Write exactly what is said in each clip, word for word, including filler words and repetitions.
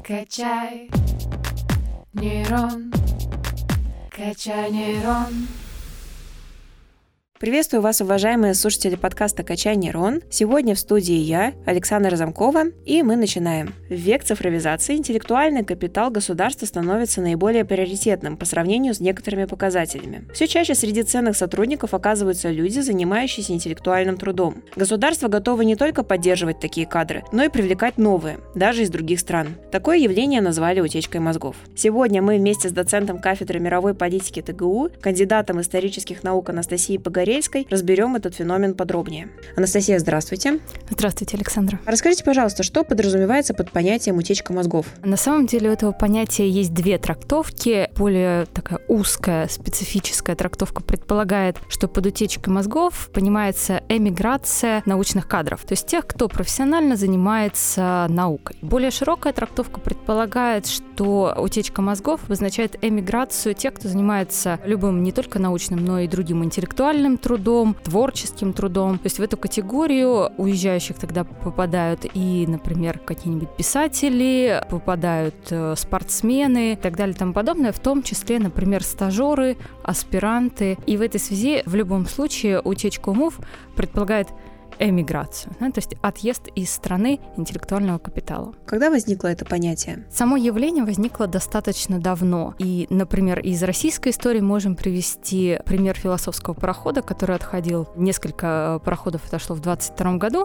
Качай нейрон, качай нейрон. Приветствую вас, уважаемые слушатели подкаста «Качай нейрон». Сегодня в студии я, Александра Замкова, и мы начинаем. В век цифровизации интеллектуальный капитал государства становится наиболее приоритетным по сравнению с некоторыми показателями. Все чаще среди ценных сотрудников оказываются люди, занимающиеся интеллектуальным трудом. Государство готово не только поддерживать такие кадры, но и привлекать новые, даже из других стран. Такое явление назвали утечкой мозгов. Сегодня мы вместе с доцентом кафедры мировой политики ТГУ, кандидатом исторических наук Анастасией Погорельской разберем этот феномен подробнее. Анастасия, здравствуйте. Здравствуйте, Александра. Расскажите, пожалуйста, что подразумевается под понятием утечка мозгов? На самом деле у этого понятия есть две трактовки. Более такая узкая, специфическая трактовка предполагает, что под утечкой мозгов понимается эмиграция научных кадров, то есть тех, кто профессионально занимается наукой. Более широкая трактовка предполагает, что утечка мозгов обозначает эмиграцию тех, кто занимается любым не только научным, но и другим интеллектуальным трудом, творческим трудом. То есть в эту категорию уезжающих тогда попадают и, например, какие-нибудь писатели, попадают спортсмены и так далее и тому подобное, в том числе, например, стажеры, аспиранты. И в этой связи в любом случае утечка умов предполагает эмиграцию, да, то есть отъезд из страны интеллектуального капитала. Когда возникло это понятие? Само явление возникло достаточно давно. И, например, из российской истории можем привести пример философского парохода, который отходил, несколько пароходов отошло в двадцать втором году,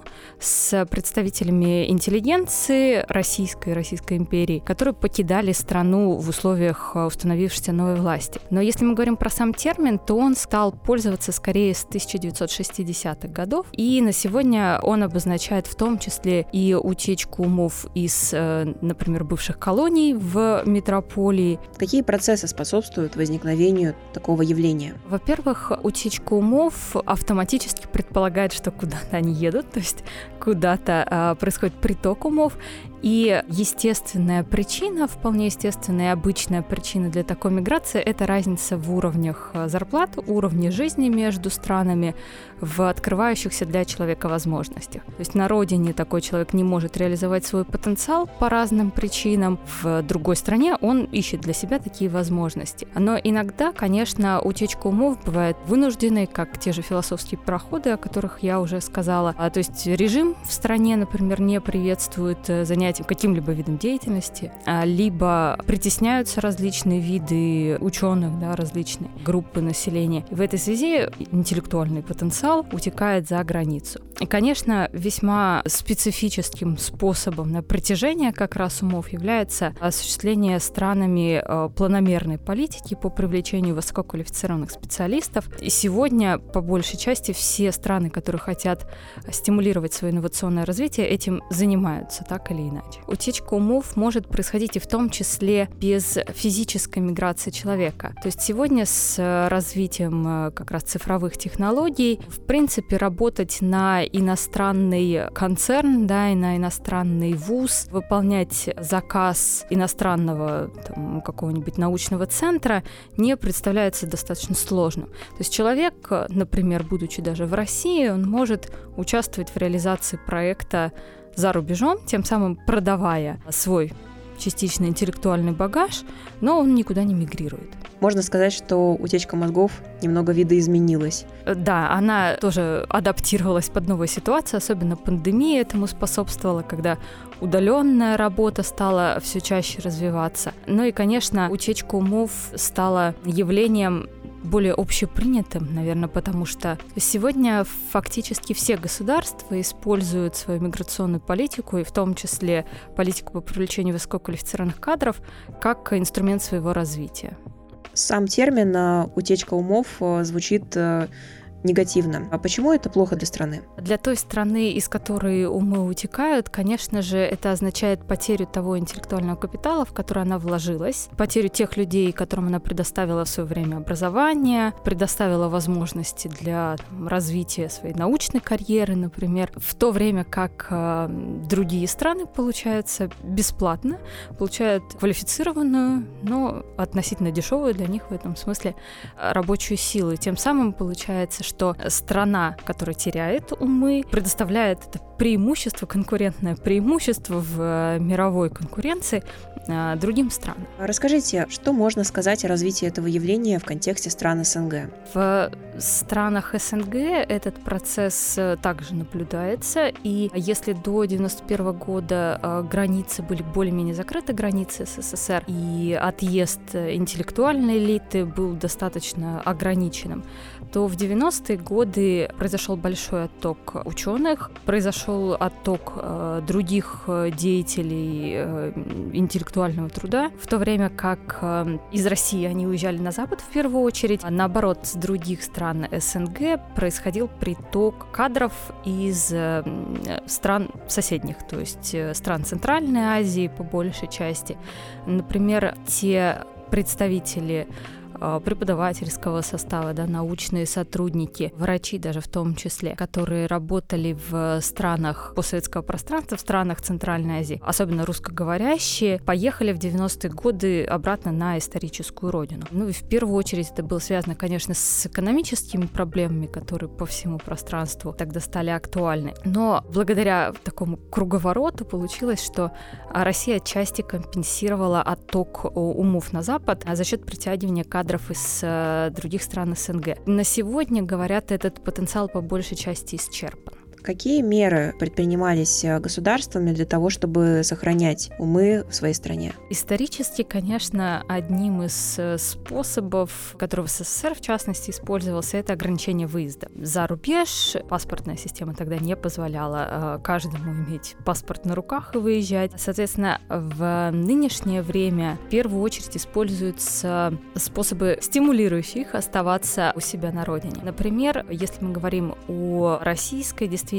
с представителями интеллигенции российской, Российской империи, которые покидали страну в условиях установившейся новой власти. Но если мы говорим про сам термин, то он стал пользоваться скорее с тысяча девятьсот шестидесятых годов, и на сегодня он обозначает в том числе и утечку умов из, например, бывших колоний в метрополии. Какие процессы способствуют возникновению такого явления? Во-первых, утечка умов автоматически предполагает, что куда-то они едут, то есть куда-то а, происходит приток умов. И естественная причина, вполне естественная и обычная причина для такой миграции – это разница в уровнях зарплат, уровне жизни между странами, в открывающихся для человека возможностях. То есть на родине такой человек не может реализовать свой потенциал по разным причинам, в другой стране он ищет для себя такие возможности. Но иногда, конечно, утечка умов бывает вынужденной, как те же философские пароходы, о которых я уже сказала. То есть режим в стране, например, не приветствует занятия каким-либо видом деятельности, либо притесняются различные виды ученых, да, различные группы населения. И в этой связи интеллектуальный потенциал утекает за границу. И, конечно, весьма специфическим способом на притяжение как раз умов является осуществление странами планомерной политики по привлечению высококвалифицированных специалистов. И сегодня, по большей части, все страны, которые хотят стимулировать свое инновационное развитие, этим занимаются, так или иначе. Утечка умов может происходить и в том числе без физической миграции человека. То есть сегодня с развитием как раз цифровых технологий, в принципе, работать на иностранный концерн, да, и на иностранный вуз, выполнять заказ иностранного там, какого-нибудь научного центра не представляется достаточно сложным. То есть человек, например, будучи даже в России, он может участвовать в реализации проекта за рубежом, тем самым продавая свой частично интеллектуальный багаж, но он никуда не мигрирует. Можно сказать, что утечка мозгов немного видоизменилась. Да, она тоже адаптировалась под новую ситуацию, особенно пандемия этому способствовала, когда удаленная работа стала все чаще развиваться. Ну и, конечно, утечка умов стала явлением более общепринятым, наверное, потому что сегодня фактически все государства используют свою миграционную политику, и в том числе политику по привлечению высококвалифицированных кадров, как инструмент своего развития. Сам термин «утечка умов» звучит негативно. А почему это плохо для страны? Для той страны, из которой умы утекают, конечно же, это означает потерю того интеллектуального капитала, в который она вложилась, потерю тех людей, которым она предоставила в свое время образование, предоставила возможности для там, развития своей научной карьеры, например, в то время как э, другие страны, получается, бесплатно получают квалифицированную, но относительно дешевую для них в этом смысле рабочую силу. И тем самым получается, что что страна, которая теряет умы, предоставляет это преимущество, конкурентное преимущество в мировой конкуренции другим странам. Расскажите, что можно сказать о развитии этого явления в контексте стран СНГ? В странах СНГ этот процесс также наблюдается, и если до девяносто первого года границы были более-менее закрыты, границы СССР, и отъезд интеллектуальной элиты был достаточно ограниченным, то в девяностые годы произошел большой отток ученых, произошел отток других деятелей интеллектуального труда, в то время как э, из России они уезжали на Запад в первую очередь, а наоборот, с других стран СНГ происходил приток кадров из э, стран соседних, то есть э, стран Центральной Азии по большей части. Например, те представители преподавательского состава, да, научные сотрудники, врачи даже в том числе, которые работали в странах постсоветского пространства, в странах Центральной Азии, особенно русскоговорящие, поехали в девяностые годы обратно на историческую родину. Ну и в первую очередь это было связано, конечно, с экономическими проблемами, которые по всему пространству тогда стали актуальны. Но благодаря такому круговороту получилось, что Россия отчасти компенсировала отток умов на Запад за счет притягивания кадров из э, других стран СНГ. На сегодня, говорят, этот потенциал по большей части исчерпан. Какие меры предпринимались государствами для того, чтобы сохранять умы в своей стране? Исторически, конечно, одним из способов, который в СССР, в частности, использовался, это ограничение выезда за рубеж. Паспортная система тогда не позволяла каждому иметь паспорт на руках и выезжать. Соответственно, в нынешнее время в первую очередь используются способы, стимулирующие их оставаться у себя на родине. Например, если мы говорим о российской действительности,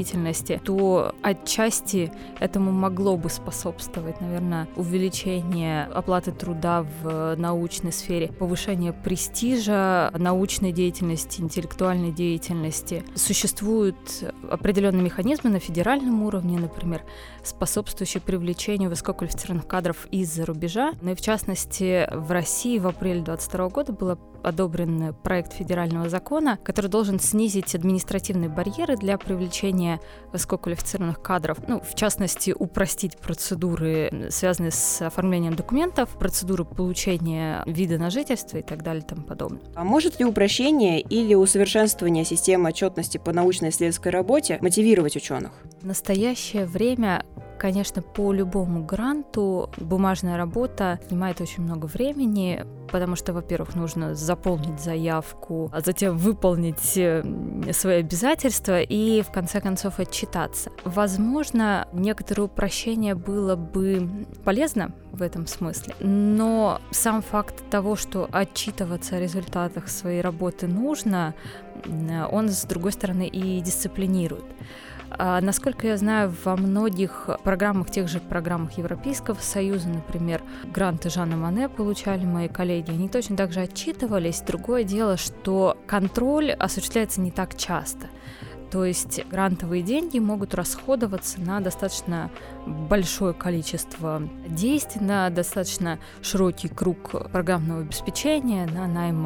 то отчасти этому могло бы способствовать, наверное, увеличение оплаты труда в научной сфере, повышение престижа научной деятельности, интеллектуальной деятельности. Существуют определенные механизмы на федеральном уровне, например, способствующие привлечению высококвалифицированных кадров из-за рубежа. Ну и в частности, в России в апреле двадцать второго года был одобрен проект федерального закона, который должен снизить административные барьеры для привлечения высококвалифицированных кадров. Ну, в частности, упростить процедуры, связанные с оформлением документов, процедуры получения вида на жительство и так далее и тому подобное. А может ли упрощение или усовершенствование системы отчетности по научно-исследовательской работе мотивировать ученых? В настоящее время, конечно, по любому гранту бумажная работа занимает очень много времени, потому что, во-первых, нужно заполнить заявку, а затем выполнить свои обязательства и, в конце концов, отчитаться. Возможно, некоторое упрощение было бы полезно в этом смысле, но сам факт того, что отчитываться о результатах своей работы нужно, он, с другой стороны, и дисциплинирует. Насколько я знаю, во многих программах, тех же программах Европейского Союза, например, гранты Жана Моне получали мои коллеги, они точно так же отчитывались. Другое дело, что контроль осуществляется не так часто. То есть грантовые деньги могут расходоваться на достаточно большое количество действий, на достаточно широкий круг программного обеспечения, на найм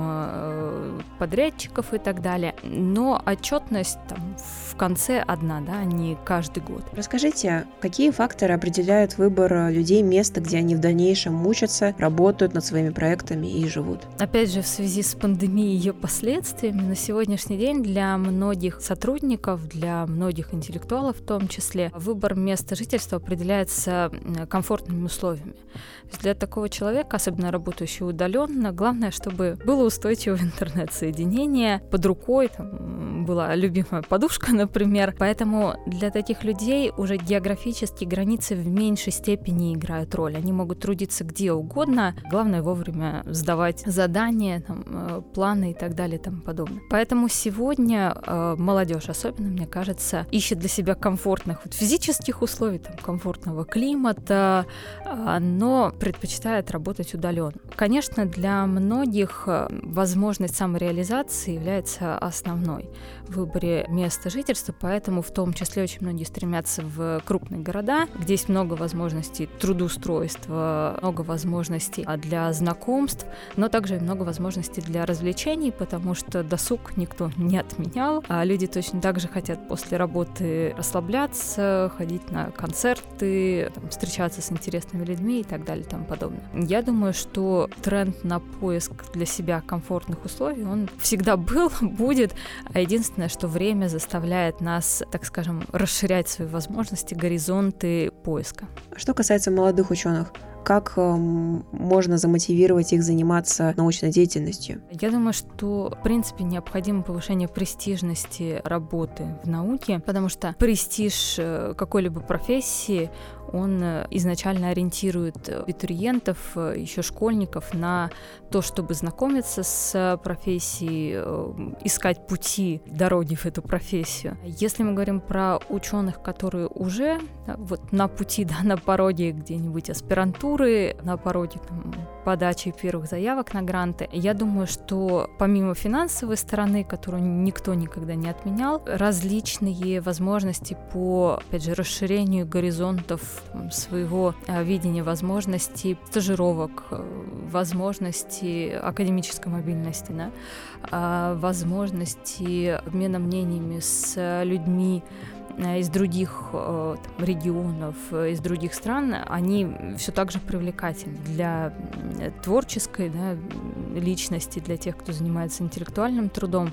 э, подрядчиков и так далее. Но отчетность там в конце одна, да, не каждый год. Расскажите, какие факторы определяют выбор людей места, где они в дальнейшем учатся, работают над своими проектами и живут? Опять же, в связи с пандемией и ее последствиями, на сегодняшний день для многих сотрудников, для многих интеллектуалов в том числе, выбор места жительства определяется комфортными условиями. То есть для такого человека, особенно работающего удаленно, главное, чтобы было устойчивое интернет-соединение, под рукой там была любимая подушка, например. Поэтому для таких людей уже географические границы в меньшей степени играют роль. Они могут трудиться где угодно, главное вовремя сдавать задания, там, планы и так далее и тому подобное. Поэтому сегодня молодежь, особенно, мне кажется, ищет для себя комфортных вот физических условий, там, комфортного климата, но предпочитает работать удаленно. Конечно, для многих возможность самореализации является основной в выборе места жительства, поэтому в том числе очень многие стремятся в крупные города, где есть много возможностей трудоустройства, много возможностей для знакомств, но также и много возможностей для развлечений, потому что досуг никто не отменял, а люди точно так же хотят после работы расслабляться, ходить на концерты, там, встречаться с интересными людьми и так далее и тому подобное. Я думаю, что тренд на поиск для себя комфортных условий, он всегда был, будет, а единственное, что время заставляет нас, так скажем, расширять свои возможности, горизонты поиска. Что касается молодых ученых, как э, можно замотивировать их заниматься научной деятельностью? Я думаю, что, в принципе, необходимо повышение престижности работы в науке, потому что престиж какой-либо профессии, он изначально ориентирует абитуриентов, еще школьников на то, чтобы знакомиться с профессией, искать пути, дороги в эту профессию. Если мы говорим про ученых, которые уже вот на пути, да, на пороге где-нибудь аспирантуры, на пороге там, подачи первых заявок на гранты, я думаю, что помимо финансовой стороны, которую никто никогда не отменял, различные возможности по, опять же, расширению горизонтов своего видения, возможностей стажировок, возможности академической мобильности, да, возможности обмена мнениями с людьми из других там, регионов, из других стран, они все так же привлекательны для творческой, да, личности, для тех, кто занимается интеллектуальным трудом.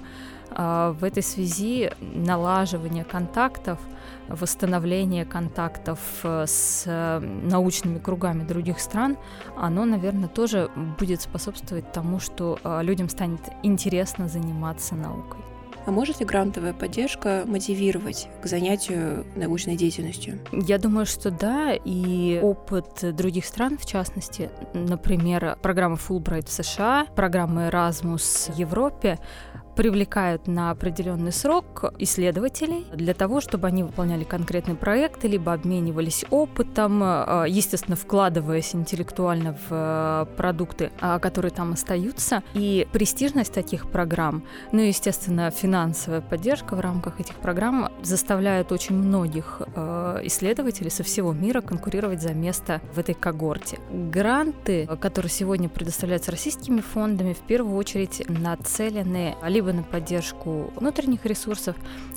В этой связи налаживание контактов, восстановление контактов с научными кругами других стран, оно, наверное, тоже будет способствовать тому, что людям станет интересно заниматься наукой. А может ли грантовая поддержка мотивировать к занятию научной деятельностью? Я думаю, что да, и опыт других стран, в частности, например, программа Fulbright в США, программа Erasmus в Европе, привлекают на определенный срок исследователей для того, чтобы они выполняли конкретные проекты, либо обменивались опытом, естественно, вкладываясь интеллектуально в продукты, которые там остаются. И престижность таких программ, ну и, естественно, финансовая поддержка в рамках этих программ заставляют очень многих исследователей со всего мира конкурировать за место в этой когорте. Гранты, которые сегодня предоставляются российскими фондами, в первую очередь нацелены либо на поддержку внутренних ресурсов,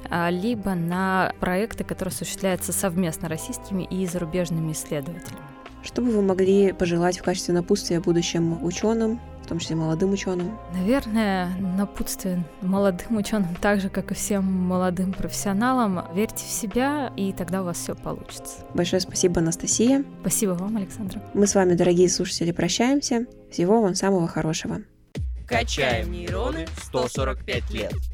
либо на проекты, которые осуществляются совместно российскими и зарубежными исследователями. Что бы вы могли пожелать в качестве напутствия будущим ученым, в том числе молодым ученым? Наверное, напутствие молодым ученым, так же, как и всем молодым профессионалам: верьте в себя, и тогда у вас все получится. Большое спасибо, Анастасия. Спасибо вам, Александра. Мы с вами, дорогие слушатели, прощаемся. Всего вам самого хорошего. Качаем нейроны сто сорок пять лет.